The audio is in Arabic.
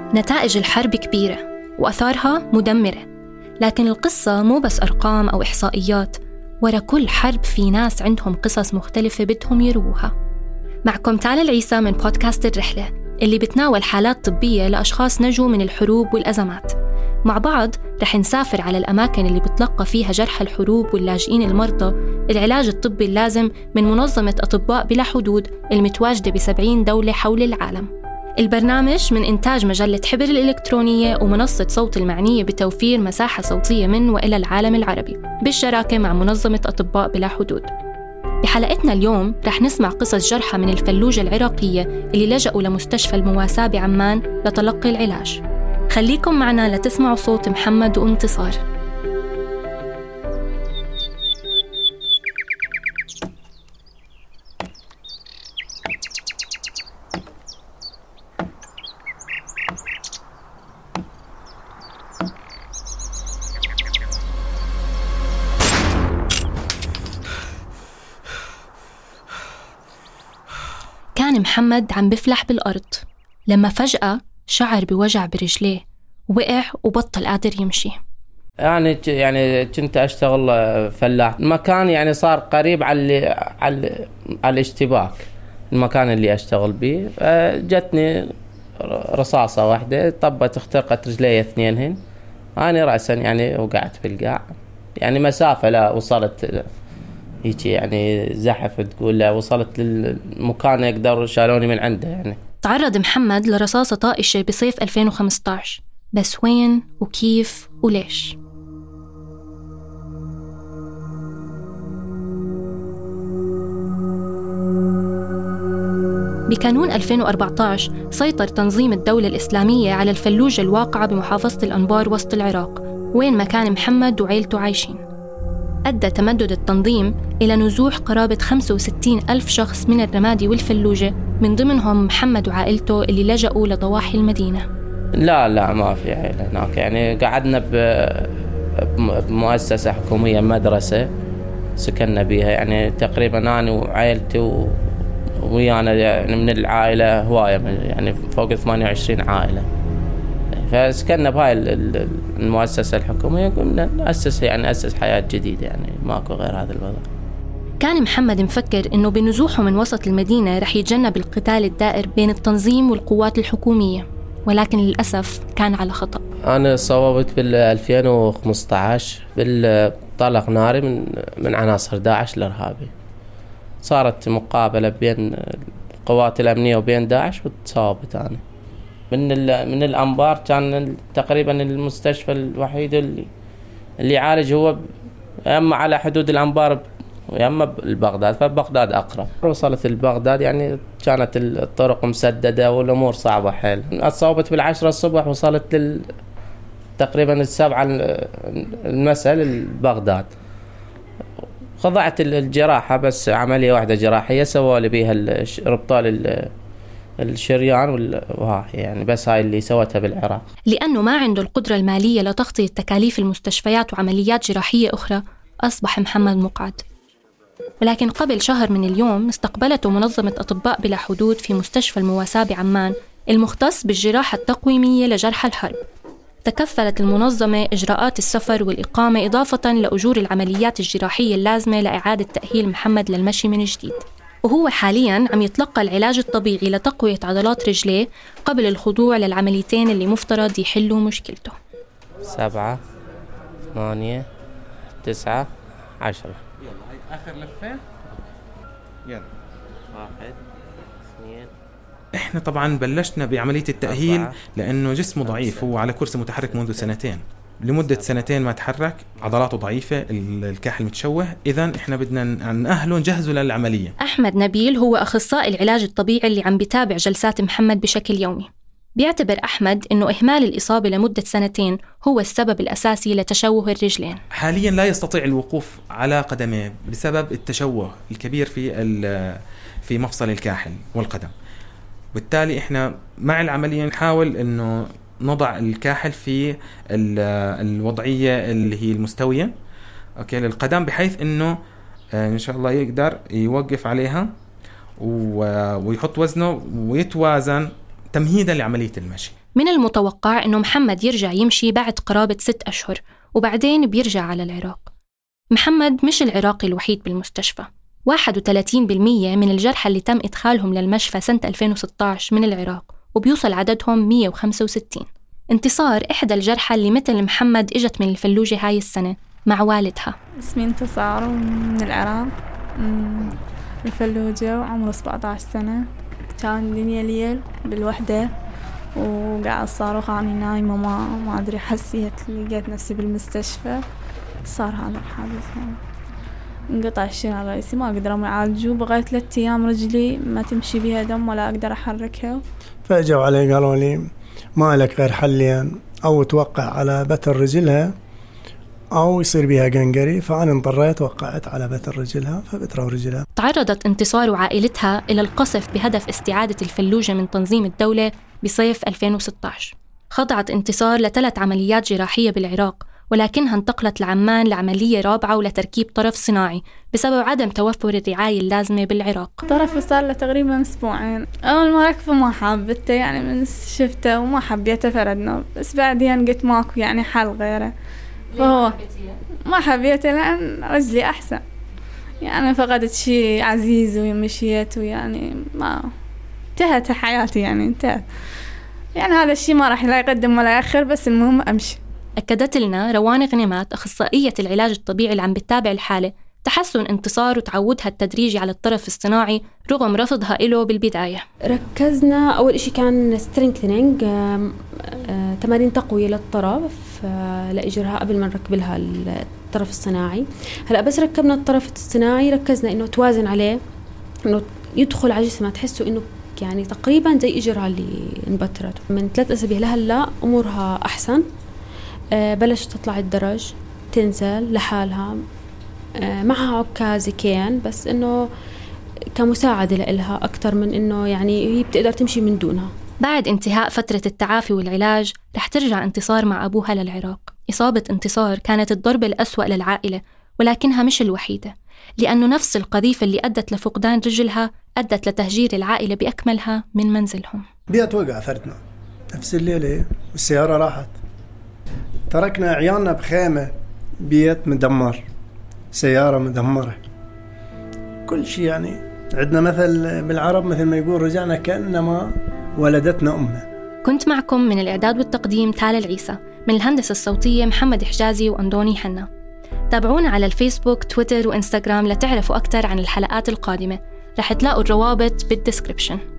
نتائج الحرب كبيرة وأثارها مدمرة، لكن القصة مو بس أرقام أو إحصائيات. ورا كل حرب في ناس عندهم قصص مختلفة بدهم يروها. معكم تالا العيسى من بودكاست الرحلة، اللي بتناول حالات طبية لأشخاص نجوا من الحروب والأزمات. مع بعض رح نسافر على الأماكن اللي بتلقى فيها جرحى الحروب واللاجئين المرضى العلاج الطبي اللازم من منظمة أطباء بلا حدود المتواجدة ب70 دولة حول العالم. البرنامج من إنتاج مجلة حبر الإلكترونية ومنصة صوت المعنية بتوفير مساحة صوتية من وإلى العالم العربي بالشراكة مع منظمة أطباء بلا حدود. بحلقتنا اليوم رح نسمع قصص جرحى من الفلوجة العراقية اللي لجأوا لمستشفى المواساة بعمان لتلقي العلاج. خليكم معنا لتسمعوا صوت محمد وانتصار. كان محمد عم بفلح بالأرض لما فجأة شعر بوجع برجليه، وقع وبطل قادر يمشي. يعني كنت أشتغل فلاح. المكان يعني صار قريب على الاشتباك، المكان اللي أشتغل به. جتني رصاصة واحدة طبت اخترقت رجلي اثنينهن. أنا رأسا يعني وقعت بالقاع، يعني مسافة لا وصلت هيك يعني زحف تقول لا، وصلت للمكان يقدر شالوني من عنده. يعني تعرض محمد لرصاصة طائشة بصيف 2015، بس وين وكيف وليش؟ بكانون 2014 سيطر تنظيم الدولة الإسلامية على الفلوجة الواقعة بمحافظة الأنبار وسط العراق، وين ما كان محمد وعيلته عايشين. أدى تمدد التنظيم إلى نزوح قرابة 65,000 شخص من الرمادي والفلوجة، من ضمنهم محمد وعائلته اللي لجأوا لضواحي المدينة. لا ما في عائلة هناك. يعني قعدنا بمؤسسة حكومية، مدرسة سكننا بيها. يعني تقريبا أنا وعائلتي ويانا يعني من العائلة هواية، يعني فوق 28 عائلة. فسكننا بهاي المؤسسة الحكومية، قمنا نأسس حياة جديدة. يعني ماكو غير هذا الوضع. كان محمد مفكر إنه بنزوحه من وسط المدينة رح يتجنب القتال الدائر بين التنظيم والقوات الحكومية، ولكن للأسف كان على خطأ. أنا صوبت بال2015 بالطلق ناري من عناصر داعش الإرهابي. صارت مقابلة بين القوات الأمنية وبين داعش وتصابت أنا. من الأنبار كان تقريبا المستشفى الوحيد اللي يعالج هو أما على حدود الأنبار وأما بغداد، فبغداد أقرب. وصلت البغداد يعني كانت الطرق مسددة والأمور صعبة حيل. أصابت بال10 الصبح، وصلت تقريبا 7 المساء لبغداد. خضعت الجراحة، بس عملية واحدة جراحية سووا لي بيها ربطة الشريان يعني بس هاي اللي سوتها بالعراق. لأنه ما عنده القدرة المالية لتغطية تكاليف المستشفيات وعمليات جراحية أخرى، أصبح محمد مقعد. ولكن قبل شهر من اليوم استقبلته منظمة أطباء بلا حدود في مستشفى المواساة بعمان المختص بالجراحة التقويمية لجرحى الحرب. تكفلت المنظمة إجراءات السفر والإقامة، إضافة لأجور العمليات الجراحية اللازمة لإعادة تأهيل محمد للمشي من جديد. وهو حالياً عم يتلقى العلاج الطبيعي لتقوية عضلات رجليه قبل الخضوع للعمليتين اللي مفترض يحلوا مشكلته. 7 8 9 10. يلا هاي آخر لفة. يلا 1 2. احنا طبعا بلشنا بعملية التأهيل 4 لأنه جسمه ضعيف. هو على كرسي متحرك منذ 2 لمدة 2 ما تحرك، عضلاته ضعيفة، الكاحل متشوه. إذن إحنا بدنا نأهله نجهزه للعملية. أحمد نبيل هو أخصائي العلاج الطبيعي اللي عم بتابع جلسات محمد بشكل يومي. بيعتبر أحمد إنه إهمال الإصابة لمدة 2 هو السبب الأساسي لتشوه الرجلين. حاليا لا يستطيع الوقوف على قدميه بسبب التشوه الكبير في مفصل الكاحل والقدم. بالتالي إحنا مع العملية نحاول إنه نضع الكاحل في الوضعية اللي هي المستوية أوكي للقدم، بحيث إنه إن شاء الله يقدر يوقف عليها ويحط وزنه ويتوازن تمهيدا لعملية المشي. من المتوقع أنه محمد يرجع يمشي بعد قرابة 6 أشهر وبعدين بيرجع على العراق. محمد مش العراقي الوحيد بالمستشفى. 31% من الجرحى اللي تم إدخالهم للمشفى سنة 2016 من العراق، وبيوصل عددهم 165. انتصار إحدى الجرحى اللي مثل محمد إجت من الفلوجة هاي السنة مع والدها. اسمي انتصار من العراق، الفلوجة، وعمره 17 سنة. كان دنيا ليل بالوحدة وقاعد صاروخ عني نايمة، ما أدري، حسيت لقيت نفسي بالمستشفى. صار هذا الحادث، انقطع الشرايين الرئيسي، ما قدروا يعالجوه. بغيت 3 أيام رجلي ما تمشي بها دم ولا أقدر أحركها. فأجوا علي قالوا لي ما لك غير حلين، أو توقع على بتر رجلها أو يصير بها قنقري. فأنا اضطريت وقعت على بتر رجلها، فبتروا رجلها. تعرضت انتصار وعائلتها إلى القصف بهدف استعادة الفلوجة من تنظيم الدولة بصيف 2016. خضعت انتصار ل3 عمليات جراحية بالعراق، ولكنها انتقلت لعمان لعملية رابعة ولتركيب طرف صناعي بسبب عدم توفر الرعاية اللازمة بالعراق. طرف صار له تقريبا 2 أسبوع. أول ما ركبه ما حابته، يعني من شفته وما حبيته فردنا، بس بعدين قلت ماكو يعني حل غيره. فهو ما حبيته لأن رجلي أحسن، يعني فقدت شيء عزيز ومشيت، ويعني ما انتهت حياتي، يعني انتهت. يعني هذا الشيء ما راح لا يقدم ولا يأخر، بس المهم أمشي. أكدت لنا روان غنيمات أخصائية العلاج الطبيعي اللي عم بتتابع الحالة تحسن انتصار وتعودها التدريجي على الطرف الصناعي رغم رفضها له بالبداية. ركزنا أول إشي كان سترينثنينج، تمارين تقوية للطرف لإجراها قبل ما نركب لها الطرف الصناعي. هلأ بس ركبنا الطرف الصناعي ركزنا إنه توازن عليه، إنه يدخل على جسمها، تحسه إنه يعني تقريبا زي إجرها اللي انبترت. من 3 أسابيع لهلا أمورها أحسن، بلشت تطلع الدرج، تنزل لحالها، معها عكازة كان، بس إنه كمساعدة لإلها أكتر من إنه يعني هي بتقدر تمشي من دونها. بعد انتهاء فترة التعافي والعلاج رح ترجع انتصار مع أبوها للعراق. إصابة انتصار كانت الضربة الأسوأ للعائلة، ولكنها مش الوحيدة، لأنه نفس القذيفة اللي أدت لفقدان رجلها أدت لتهجير العائلة بأكملها من منزلهم. بيت وقع فردنا نفس الليلة والسيارة راحت، تركنا عيالنا بخيمة، بيت مدمر، سيارة مدمرة، كل شيء. يعني عندنا مثل بالعرب مثل ما يقول رجعنا كأنما ولدتنا أمنا. كنت معكم من الإعداد والتقديم تالا العيسى، من الهندسة الصوتية محمد حجازي وأندوني حنا. تابعونا على الفيسبوك، تويتر وإنستغرام لتعرفوا أكتر عن الحلقات القادمة. رح تلاقوا الروابط بالديسكريبشن.